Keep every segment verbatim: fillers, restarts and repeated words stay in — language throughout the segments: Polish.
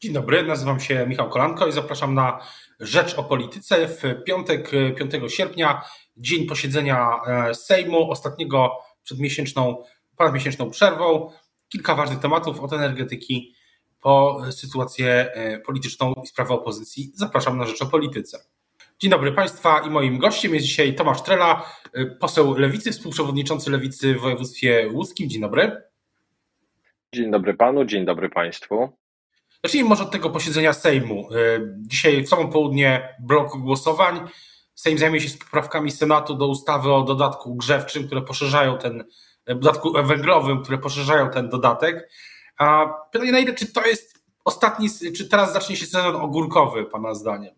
Dzień dobry, nazywam się Michał Kolanko i zapraszam na Rzecz o Polityce. W piątek, piątego sierpnia, dzień posiedzenia Sejmu, ostatniego przed miesięczną, ponadmiesięczną przerwą. Kilka ważnych tematów, od energetyki po sytuację polityczną i sprawę opozycji. Zapraszam na Rzecz o Polityce. Dzień dobry Państwa i moim gościem jest dzisiaj Tomasz Trela, poseł Lewicy, współprzewodniczący Lewicy w województwie łódzkim. Dzień dobry. Dzień dobry Panu, dzień dobry Państwu. Zacznijmy może od tego posiedzenia Sejmu. Dzisiaj w samo południe blok głosowań. Sejm zajmie się z poprawkami Senatu do ustawy o dodatku grzewczym, które poszerzają ten, dodatku węglowym, które poszerzają ten dodatek. A pytanie na ile, czy to jest ostatni, czy teraz zacznie się sezon ogórkowy, Pana zdaniem?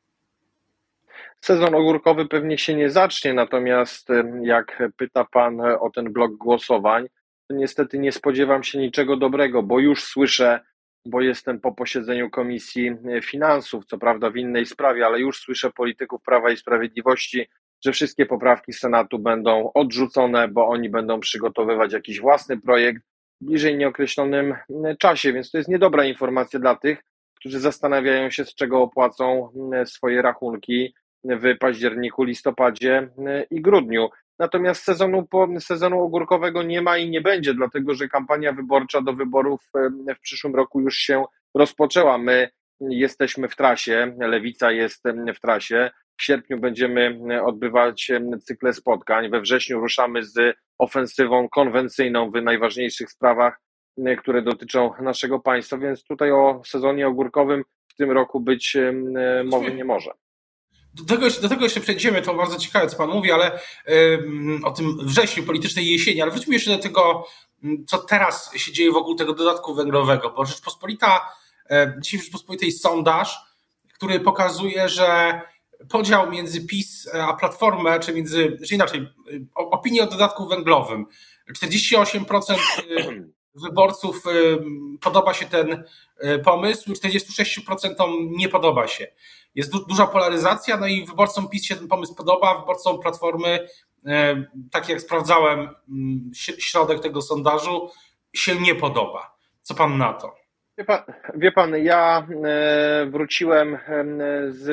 Sezon ogórkowy pewnie się nie zacznie, natomiast jak pyta Pan o ten blok głosowań, to niestety nie spodziewam się niczego dobrego, bo już słyszę, bo jestem po posiedzeniu Komisji Finansów, co prawda w innej sprawie, ale już słyszę polityków Prawa i Sprawiedliwości, że wszystkie poprawki Senatu będą odrzucone, bo oni będą przygotowywać jakiś własny projekt w bliżej nieokreślonym czasie, więc to jest niedobra informacja dla tych, którzy zastanawiają się, z czego opłacą swoje rachunki w październiku, listopadzie i grudniu. Natomiast sezonu, sezonu ogórkowego nie ma i nie będzie, dlatego że kampania wyborcza do wyborów w przyszłym roku już się rozpoczęła. My jesteśmy w trasie, Lewica jest w trasie. W sierpniu będziemy odbywać cykle spotkań. We wrześniu ruszamy z ofensywą konwencyjną w najważniejszych sprawach, które dotyczą naszego państwa, więc tutaj o sezonie ogórkowym w tym roku być mowy nie może. Do tego, do tego jeszcze przejdziemy, to bardzo ciekawe, co Pan mówi, ale ym, o tym wrześniu, politycznej jesieni, ale wróćmy jeszcze do tego, co teraz się dzieje wokół tego dodatku węglowego, bo Rzeczpospolita, yy, dzisiaj w Rzeczpospolitej sondaż, który pokazuje, że podział między PiS a Platformę, czy między, czy inaczej, opinię o dodatku węglowym, czterdzieści osiem procent wyborców podoba się ten pomysł, czterdzieści sześć procent nie podoba się. Jest du- duża polaryzacja, no i wyborcom PiS się ten pomysł podoba, wyborcom Platformy, tak jak sprawdzałem środek tego sondażu, się nie podoba. Co Pan na to? Wie pan, wie pan ja wróciłem z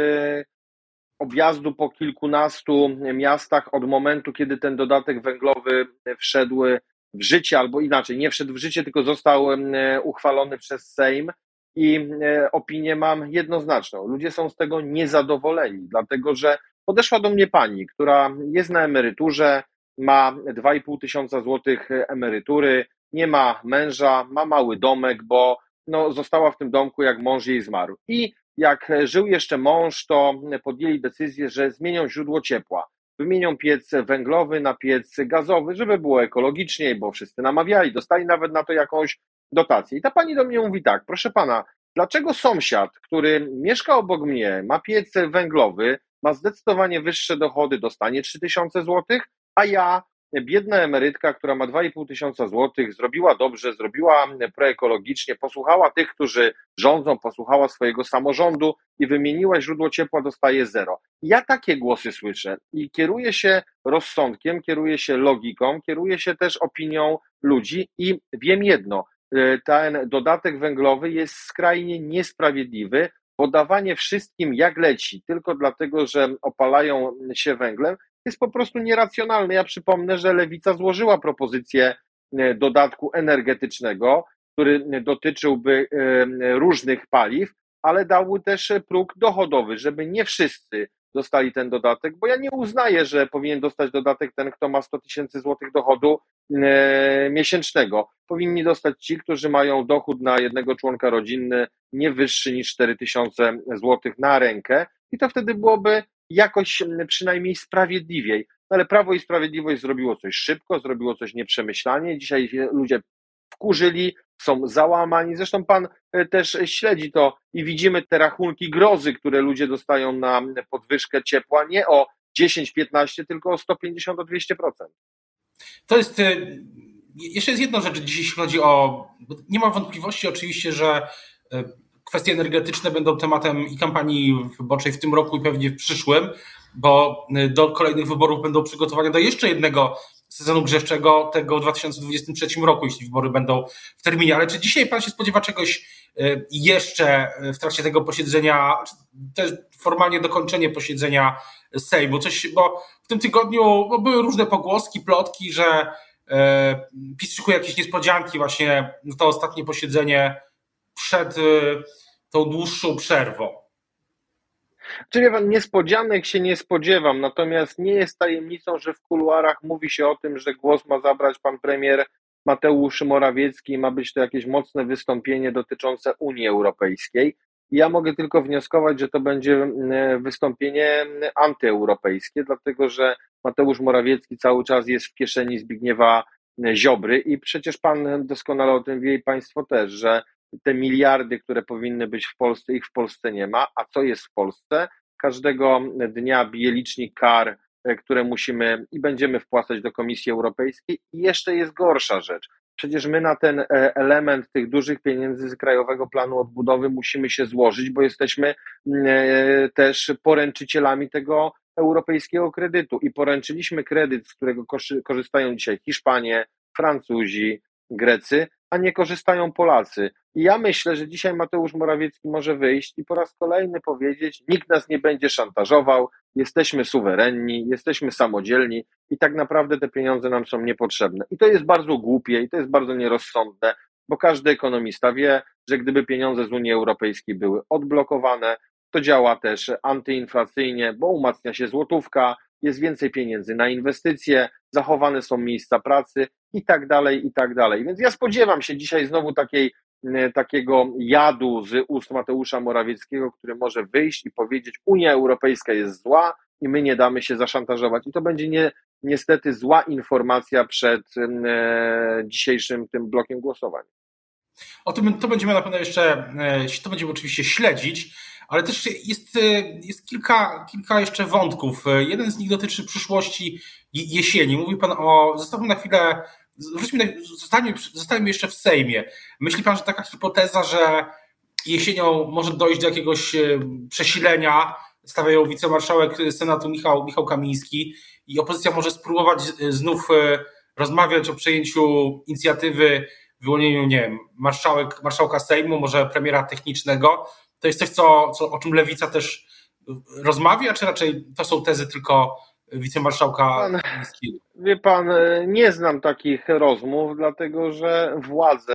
objazdu po kilkunastu miastach od momentu, kiedy ten dodatek węglowy wszedł w życie, albo inaczej, nie wszedł w życie, tylko został uchwalony przez Sejm i opinię mam jednoznaczną. Ludzie są z tego niezadowoleni, dlatego że podeszła do mnie pani, która jest na emeryturze, ma dwa i pół tysiąca złotych emerytury, nie ma męża, ma mały domek, bo no, została w tym domku, jak mąż jej zmarł. I jak żył jeszcze mąż, to podjęli decyzję, że zmienią źródło ciepła. Wymienią piec węglowy na piec gazowy, żeby było ekologiczniej, bo wszyscy namawiali, dostali nawet na to jakąś dotację. I ta pani do mnie mówi tak, proszę pana, dlaczego sąsiad, który mieszka obok mnie, ma piec węglowy, ma zdecydowanie wyższe dochody, dostanie trzy tysiące złotych, a ja, biedna emerytka, która ma dwa i pół tysiąca złotych, zrobiła dobrze, zrobiła proekologicznie, posłuchała tych, którzy rządzą, posłuchała swojego samorządu i wymieniła źródło ciepła, dostaje zero. Ja takie głosy słyszę i kieruję się rozsądkiem, kieruję się logiką, kieruję się też opinią ludzi i wiem jedno, ten dodatek węglowy jest skrajnie niesprawiedliwy, bo dawanie wszystkim jak leci, tylko dlatego, że opalają się węglem, jest po prostu nieracjonalne. Ja przypomnę, że Lewica złożyła propozycję dodatku energetycznego, który dotyczyłby różnych paliw, ale dał też próg dochodowy, żeby nie wszyscy dostali ten dodatek, bo ja nie uznaję, że powinien dostać dodatek ten, kto ma sto tysięcy złotych dochodu miesięcznego. Powinni dostać ci, którzy mają dochód na jednego członka rodziny nie wyższy niż cztery tysiące złotych na rękę i to wtedy byłoby jakoś przynajmniej sprawiedliwiej. No ale Prawo i Sprawiedliwość zrobiło coś szybko, zrobiło coś nieprzemyślanie. Dzisiaj ludzie wkurzyli, są załamani. Zresztą pan też śledzi to i widzimy te rachunki grozy, które ludzie dostają na podwyżkę ciepła, nie o dziesięć piętnaście, tylko o sto pięćdziesiąt do dwieście procent. To jest, jeszcze jest jedna rzecz, jeśli chodzi o, nie ma wątpliwości oczywiście, że kwestie energetyczne będą tematem i kampanii wyborczej w tym roku i pewnie w przyszłym, bo do kolejnych wyborów będą przygotowania do jeszcze jednego sezonu grzewczego, tego w dwa tysiące dwudziestym trzecim roku, jeśli wybory będą w terminie. Ale czy dzisiaj pan się spodziewa czegoś jeszcze w trakcie tego posiedzenia, też formalnie dokończenie posiedzenia Sejmu. Coś, bo w tym tygodniu no, były różne pogłoski, plotki, że PiS szykuje jakieś niespodzianki właśnie na to ostatnie posiedzenie przed tą dłuższą przerwą. Czy wie pan, niespodzianek się nie spodziewam, natomiast nie jest tajemnicą, że w kuluarach mówi się o tym, że głos ma zabrać pan premier Mateusz Morawiecki i ma być to jakieś mocne wystąpienie dotyczące Unii Europejskiej. Ja mogę tylko wnioskować, że to będzie wystąpienie antyeuropejskie, dlatego że Mateusz Morawiecki cały czas jest w kieszeni Zbigniewa Ziobry i przecież pan doskonale o tym wie i państwo też, że te miliardy, które powinny być w Polsce, ich w Polsce nie ma. A co jest w Polsce? Każdego dnia bije licznik kar, które musimy i będziemy wpłacać do Komisji Europejskiej. I jeszcze jest gorsza rzecz. Przecież my na ten element tych dużych pieniędzy z Krajowego Planu Odbudowy musimy się złożyć, bo jesteśmy też poręczycielami tego europejskiego kredytu. I poręczyliśmy kredyt, z którego korzystają dzisiaj Hiszpanie, Francuzi, Grecy, a nie korzystają Polacy. I ja myślę, że dzisiaj Mateusz Morawiecki może wyjść i po raz kolejny powiedzieć: nikt nas nie będzie szantażował, jesteśmy suwerenni, jesteśmy samodzielni i tak naprawdę te pieniądze nam są niepotrzebne. I to jest bardzo głupie i to jest bardzo nierozsądne, bo każdy ekonomista wie, że gdyby pieniądze z Unii Europejskiej były odblokowane, to działa też antyinflacyjnie, bo umacnia się złotówka, jest więcej pieniędzy na inwestycje, zachowane są miejsca pracy i tak dalej, i tak dalej. Więc ja spodziewam się dzisiaj znowu takiej, takiego jadu z ust Mateusza Morawieckiego, który może wyjść i powiedzieć: Unia Europejska jest zła i my nie damy się zaszantażować. I to będzie nie, niestety zła informacja przed e, dzisiejszym tym blokiem głosowań. O tym to będziemy na pewno jeszcze, to będziemy oczywiście śledzić, ale też jest, jest kilka, kilka jeszcze wątków. Jeden z nich dotyczy przyszłości jesieni. Mówi pan o, zostawmy na chwilę, wróćmy, zostańmy, zostańmy jeszcze w Sejmie. Myśli pan, że taka hipoteza, że jesienią może dojść do jakiegoś przesilenia, stawiają wicemarszałek Senatu Michał, Michał Kamiński, i opozycja może spróbować znów rozmawiać o przejęciu inicjatywy, wyłonieniu, nie wiem, marszałek, marszałka Sejmu, może premiera technicznego. To jest coś, co, co, o czym Lewica też rozmawia, czy raczej to są tezy tylko wicemarszałka Kamińskiego? Wie pan, nie znam takich rozmów, dlatego że władzę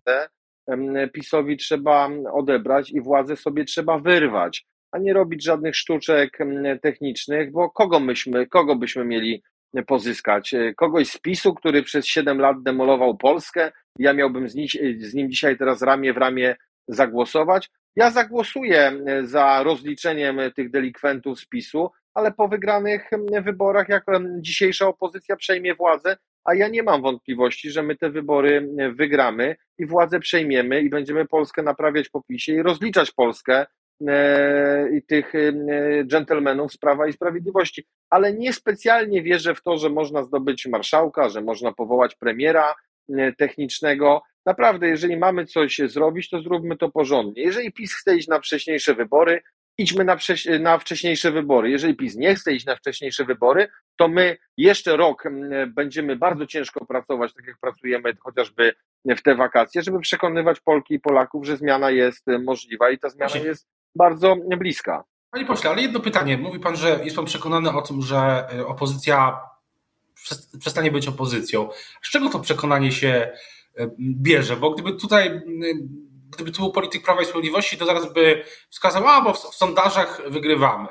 PiS-owi trzeba odebrać i władzę sobie trzeba wyrwać, a nie robić żadnych sztuczek technicznych, bo kogo myśmy, kogo byśmy mieli pozyskać? Kogoś z PiS-u, który przez siedem lat demolował Polskę? Ja miałbym z nim, z nim dzisiaj teraz ramię w ramię zagłosować? Ja zagłosuję za rozliczeniem tych delikwentów z PiS-u, ale po wygranych wyborach, jak dzisiejsza opozycja przejmie władzę, a ja nie mam wątpliwości, że my te wybory wygramy i władzę przejmiemy i będziemy Polskę naprawiać po PiS-ie i rozliczać Polskę i tych dżentelmenów z Prawa i Sprawiedliwości. Ale niespecjalnie wierzę w to, że można zdobyć marszałka, że można powołać premiera technicznego. Naprawdę, jeżeli mamy coś zrobić, to zróbmy to porządnie. Jeżeli PiS chce iść na wcześniejsze wybory, idźmy na, wcześ- na wcześniejsze wybory. Jeżeli PiS nie chce iść na wcześniejsze wybory, to my jeszcze rok będziemy bardzo ciężko pracować, tak jak pracujemy chociażby w te wakacje, żeby przekonywać Polki i Polaków, że zmiana jest możliwa i ta zmiana jest bardzo bliska. Panie pośle, ale jedno pytanie. Mówi pan, że jest pan przekonany o tym, że opozycja przestanie być opozycją. Z czego to przekonanie się bierze? Bo gdyby tutaj, gdyby tu był polityk Prawa i Sprawiedliwości, to zaraz by wskazał: a bo w, w sondażach wygrywamy.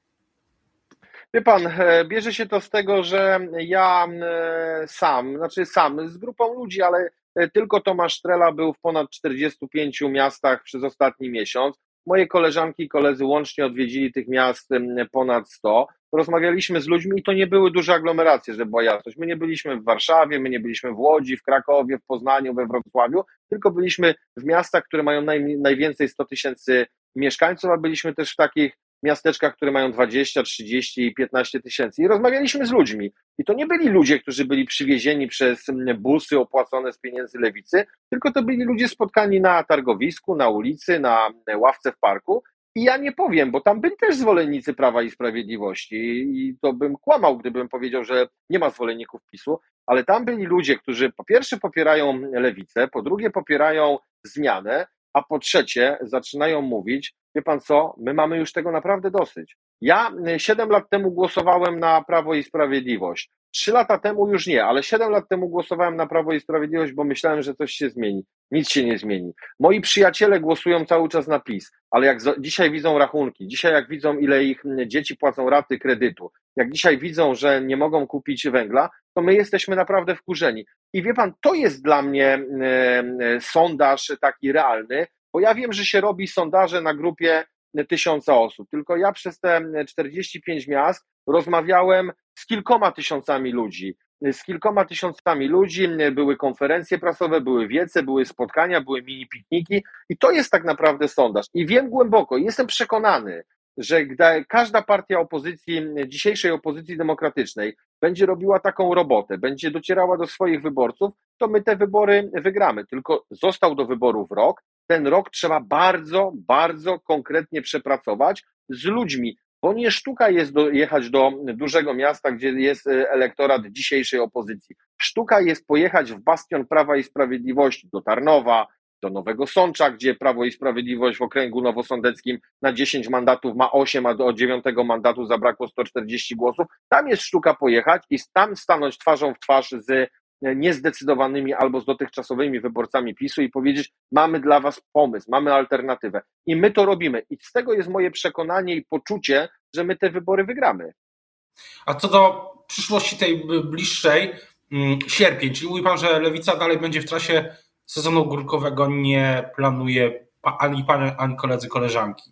Wie pan, bierze się to z tego, że ja sam, znaczy sam, z grupą ludzi, ale tylko Tomasz Trela był w ponad czterdziestu pięciu miastach przez ostatni miesiąc. Moje koleżanki i koledzy łącznie odwiedzili tych miast ponad sto. Rozmawialiśmy z ludźmi i to nie były duże aglomeracje, żeby była jasność. My nie byliśmy w Warszawie, my nie byliśmy w Łodzi, w Krakowie, w Poznaniu, we Wrocławiu, tylko byliśmy w miastach, które mają naj, najwięcej sto tysięcy mieszkańców, a byliśmy też w takich miasteczkach, które mają dwadzieścia, trzydzieści i piętnaście tysięcy. I rozmawialiśmy z ludźmi. I to nie byli ludzie, którzy byli przywiezieni przez busy opłacone z pieniędzy lewicy, tylko to byli ludzie spotkani na targowisku, na ulicy, na ławce w parku. I ja nie powiem, bo tam byli też zwolennicy Prawa i Sprawiedliwości i to bym kłamał, gdybym powiedział, że nie ma zwolenników PiS-u, ale tam byli ludzie, którzy po pierwsze popierają lewicę, po drugie popierają zmianę, a po trzecie zaczynają mówić, wie pan co, my mamy już tego naprawdę dosyć. Ja siedem lat temu głosowałem na Prawo i Sprawiedliwość. Trzy lata temu już nie, ale siedem lat temu głosowałem na Prawo i Sprawiedliwość, bo myślałem, że coś się zmieni. Nic się nie zmieni. Moi przyjaciele głosują cały czas na PiS, ale jak dzisiaj widzą rachunki, dzisiaj jak widzą, ile ich dzieci płacą raty kredytu, jak dzisiaj widzą, że nie mogą kupić węgla, to my jesteśmy naprawdę wkurzeni. I wie pan, to jest dla mnie e, e, sondaż taki realny, bo ja wiem, że się robi sondaże na grupie tysiąca osób, tylko ja przez te czterdzieści pięć miast rozmawiałem z kilkoma tysiącami ludzi. Z kilkoma tysiącami ludzi, były konferencje prasowe, były wiece, były spotkania, były mini pikniki i to jest tak naprawdę sondaż. I wiem głęboko, jestem przekonany, że gdy każda partia opozycji, dzisiejszej opozycji demokratycznej będzie robiła taką robotę, będzie docierała do swoich wyborców, to my te wybory wygramy. Tylko został do wyborów rok, ten rok trzeba bardzo, bardzo konkretnie przepracować z ludźmi, bo nie sztuka jest do, jechać do dużego miasta, gdzie jest elektorat dzisiejszej opozycji. Sztuka jest pojechać w bastion Prawa i Sprawiedliwości, do Tarnowa, do Nowego Sącza, gdzie Prawo i Sprawiedliwość w okręgu nowosądeckim na dziesięć mandatów ma osiem, a do dziewiątego mandatu zabrakło sto czterdzieści głosów. Tam jest sztuka pojechać i tam stanąć twarzą w twarz z niezdecydowanymi albo z dotychczasowymi wyborcami PiSu i powiedzieć, mamy dla was pomysł, mamy alternatywę. I my to robimy. I z tego jest moje przekonanie i poczucie, że my te wybory wygramy. A co do przyszłości tej bliższej, sierpień, czyli mówi pan, że Lewica dalej będzie w trasie sezonu górkowego, nie planuje ani pan, ani koledzy, koleżanki?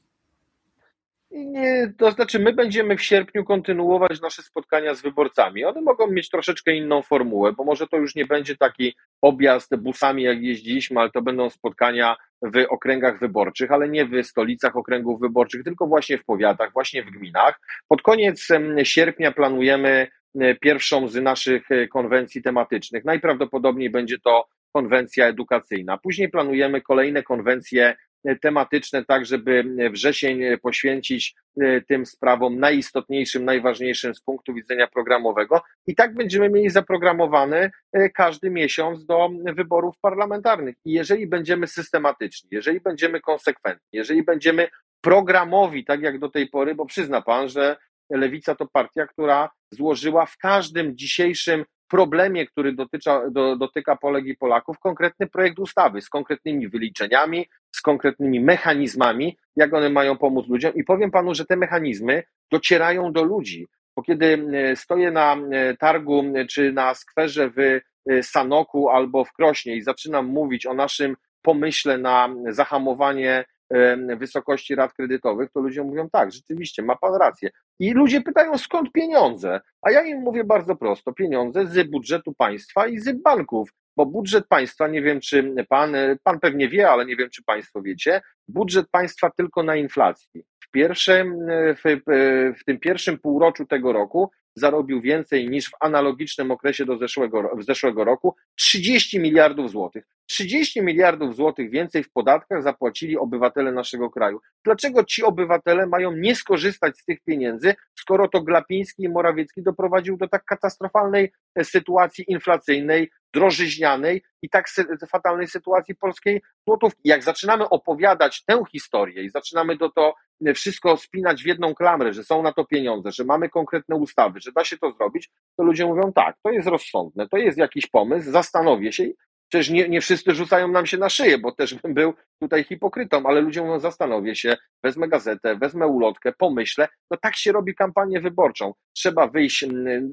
Nie, to znaczy my będziemy w sierpniu kontynuować nasze spotkania z wyborcami. One mogą mieć troszeczkę inną formułę, bo może to już nie będzie taki objazd busami, jak jeździliśmy, ale to będą spotkania w okręgach wyborczych, ale nie w stolicach okręgów wyborczych, tylko właśnie w powiatach, właśnie w gminach. Pod koniec sierpnia planujemy pierwszą z naszych konwencji tematycznych. Najprawdopodobniej będzie to konwencja edukacyjna. Później planujemy kolejne konwencje tematyczne, tak żeby wrzesień poświęcić tym sprawom najistotniejszym, najważniejszym z punktu widzenia programowego i tak będziemy mieli zaprogramowany każdy miesiąc do wyborów parlamentarnych. I jeżeli będziemy systematyczni, jeżeli będziemy konsekwentni, jeżeli będziemy programowi, tak jak do tej pory, bo przyzna pan, że Lewica to partia, która złożyła w każdym dzisiejszym problemie, który dotyka, do, dotyka Polek i Polaków, konkretny projekt ustawy z konkretnymi wyliczeniami, z konkretnymi mechanizmami, jak one mają pomóc ludziom. I powiem panu, że te mechanizmy docierają do ludzi, bo kiedy stoję na targu czy na skwerze w Sanoku albo w Krośnie i zaczynam mówić o naszym pomyśle na zahamowanie wysokości rat kredytowych, to ludzie mówią tak, rzeczywiście, ma pan rację. I ludzie pytają, skąd pieniądze? A ja im mówię bardzo prosto, pieniądze z budżetu państwa i z banków, bo budżet państwa, nie wiem czy pan, pan pewnie wie, ale nie wiem czy państwo wiecie, budżet państwa tylko na inflacji. W pierwszym, w, w tym pierwszym półroczu tego roku zarobił więcej niż w analogicznym okresie do zeszłego, zeszłego roku, trzydzieści miliardów złotych. trzydzieści miliardów złotych więcej w podatkach zapłacili obywatele naszego kraju. Dlaczego ci obywatele mają nie skorzystać z tych pieniędzy, skoro to Glapiński i Morawiecki doprowadził do tak katastrofalnej sytuacji inflacyjnej, drożyźnianej i tak fatalnej sytuacji polskiej złotówki? Jak zaczynamy opowiadać tę historię i zaczynamy do to wszystko spinać w jedną klamrę, że są na to pieniądze, że mamy konkretne ustawy, że da się to zrobić, to ludzie mówią tak, to jest rozsądne, to jest jakiś pomysł, zastanowię się. Przecież nie, nie wszyscy rzucają nam się na szyję, bo też bym był tutaj hipokrytą, ale ludzie mówią, zastanowię się, wezmę gazetę, wezmę ulotkę, pomyślę, no tak się robi kampanię wyborczą. Trzeba wyjść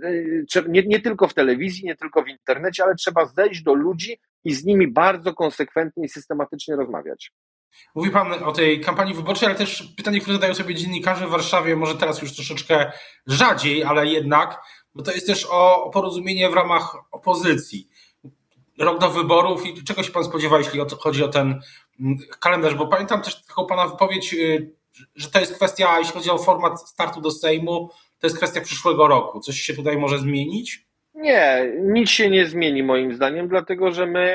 nie, nie tylko w telewizji, nie tylko w internecie, ale trzeba zejść do ludzi i z nimi bardzo konsekwentnie i systematycznie rozmawiać. Mówi pan o tej kampanii wyborczej, ale też pytanie, które zadają sobie dziennikarze w Warszawie, może teraz już troszeczkę rzadziej, ale jednak, bo to jest też o, o porozumienie w ramach opozycji. Rok do wyborów i czego się pan spodziewa, jeśli chodzi o ten kalendarz, bo pamiętam też taką pana wypowiedź, że to jest kwestia, jeśli chodzi o format startu do Sejmu, to jest kwestia przyszłego roku. Coś się tutaj może zmienić? Nie, nic się nie zmieni moim zdaniem, dlatego że my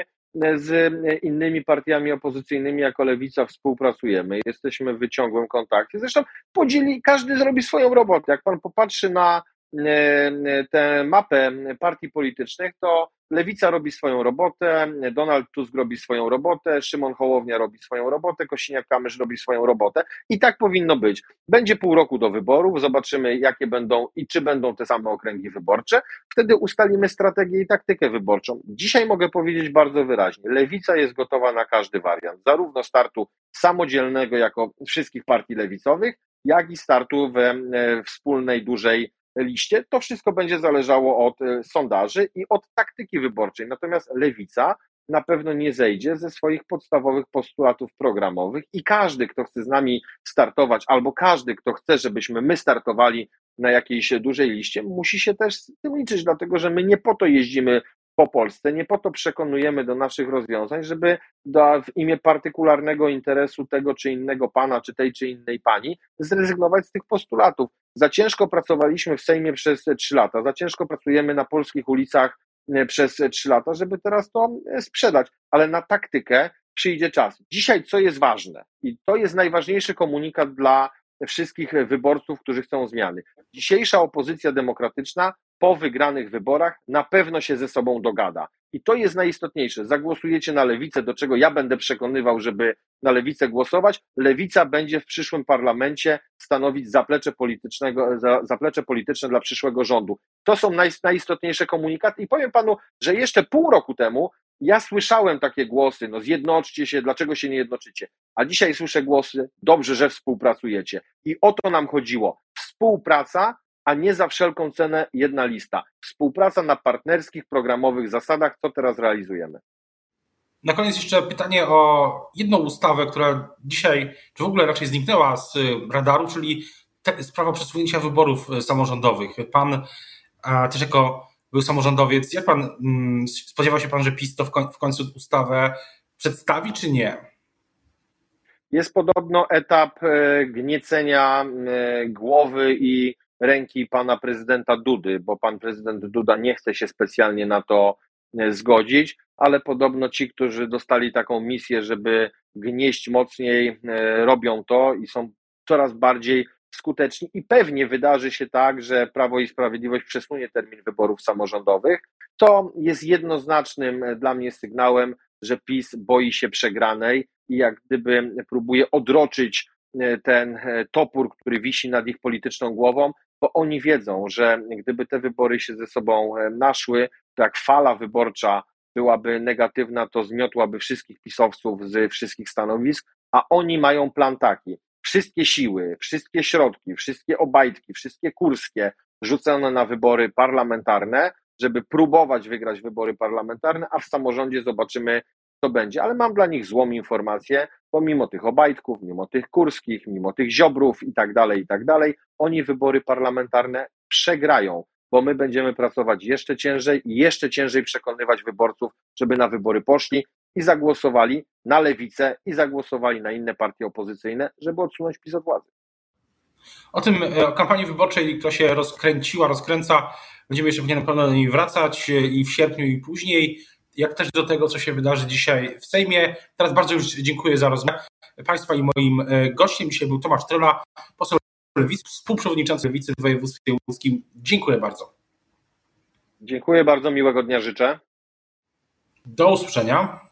z innymi partiami opozycyjnymi jako Lewica współpracujemy, jesteśmy w ciągłym kontakcie. Zresztą podzieli, każdy zrobi swoją robotę. Jak pan popatrzy na tę mapę partii politycznych, to Lewica robi swoją robotę, Donald Tusk robi swoją robotę, Szymon Hołownia robi swoją robotę, Kosiniak-Kamysz robi swoją robotę i tak powinno być. Będzie pół roku do wyborów, zobaczymy jakie będą i czy będą te same okręgi wyborcze, wtedy ustalimy strategię i taktykę wyborczą. Dzisiaj mogę powiedzieć bardzo wyraźnie, Lewica jest gotowa na każdy wariant, zarówno startu samodzielnego jako wszystkich partii lewicowych, jak i startu we wspólnej, dużej liście. To wszystko będzie zależało od sondaży i od taktyki wyborczej. Natomiast Lewica na pewno nie zejdzie ze swoich podstawowych postulatów programowych i każdy, kto chce z nami startować, albo każdy, kto chce, żebyśmy my startowali na jakiejś dużej liście, musi się też z tym liczyć, dlatego że my nie po to jeździmy po Polsce, nie po to przekonujemy do naszych rozwiązań, żeby do, w imię partykularnego interesu tego czy innego pana, czy tej czy innej pani zrezygnować z tych postulatów. Za ciężko pracowaliśmy w Sejmie przez trzy lata, za ciężko pracujemy na polskich ulicach przez trzy lata, żeby teraz to sprzedać, ale na taktykę przyjdzie czas. Dzisiaj co jest ważne i to jest najważniejszy komunikat dla wszystkich wyborców, którzy chcą zmiany. Dzisiejsza opozycja demokratyczna po wygranych wyborach na pewno się ze sobą dogada. I to jest najistotniejsze. Zagłosujecie na Lewicę, do czego ja będę przekonywał, żeby na Lewicę głosować. Lewica będzie w przyszłym parlamencie stanowić zaplecze politycznego, zaplecze polityczne dla przyszłego rządu. To są naj, najistotniejsze komunikaty i powiem panu, że jeszcze pół roku temu ja słyszałem takie głosy, no zjednoczcie się, dlaczego się nie jednoczycie? A dzisiaj słyszę głosy, dobrze, że współpracujecie. I o to nam chodziło. Współpraca, a nie za wszelką cenę jedna lista. Współpraca na partnerskich, programowych zasadach, co teraz realizujemy. Na koniec jeszcze pytanie o jedną ustawę, która dzisiaj, czy w ogóle raczej zniknęła z radaru, czyli te, sprawa przesunięcia wyborów samorządowych. Pan a, też jako był samorządowiec, jak pan, mm, spodziewał się pan, że PiS to w, koń, w końcu ustawę przedstawi, czy nie? Jest podobno etap e, gniecenia e, głowy i ręki pana prezydenta Dudy, bo pan prezydent Duda nie chce się specjalnie na to zgodzić, ale podobno ci, którzy dostali taką misję, żeby gnieść mocniej, robią to i są coraz bardziej skuteczni i pewnie wydarzy się tak, że Prawo i Sprawiedliwość przesunie termin wyborów samorządowych. To jest jednoznacznym dla mnie sygnałem, że PiS boi się przegranej i jak gdyby próbuje odroczyć ten topór, który wisi nad ich polityczną głową, bo oni wiedzą, że gdyby te wybory się ze sobą naszły, to jak fala wyborcza byłaby negatywna, to zmiotłaby wszystkich pisowców z wszystkich stanowisk, a oni mają plan taki, wszystkie siły, wszystkie środki, wszystkie Obajtki, wszystkie Kurskie rzucone na wybory parlamentarne, żeby próbować wygrać wybory parlamentarne, a w samorządzie zobaczymy, co będzie. Ale mam dla nich złą informację, bo mimo tych Obajtków, mimo tych Kurskich, mimo tych Ziobrów i tak dalej, i tak dalej, oni wybory parlamentarne przegrają, bo my będziemy pracować jeszcze ciężej i jeszcze ciężej przekonywać wyborców, żeby na wybory poszli i zagłosowali na Lewicę i zagłosowali na inne partie opozycyjne, żeby odsunąć PiS od władzy. O tym, o kampanii wyborczej, która się rozkręciła, rozkręca, będziemy jeszcze pewnie na pewno do niej wracać i w sierpniu i później, jak też do tego, co się wydarzy dzisiaj w Sejmie. Teraz bardzo już dziękuję za rozmowę Państwa i moim gościem dzisiaj był Tomasz Tryla, poseł Lewicy, współprzewodniczący Lewicy w województwie łódzkim. Dziękuję bardzo. Dziękuję bardzo, miłego dnia życzę. Do usłyszenia.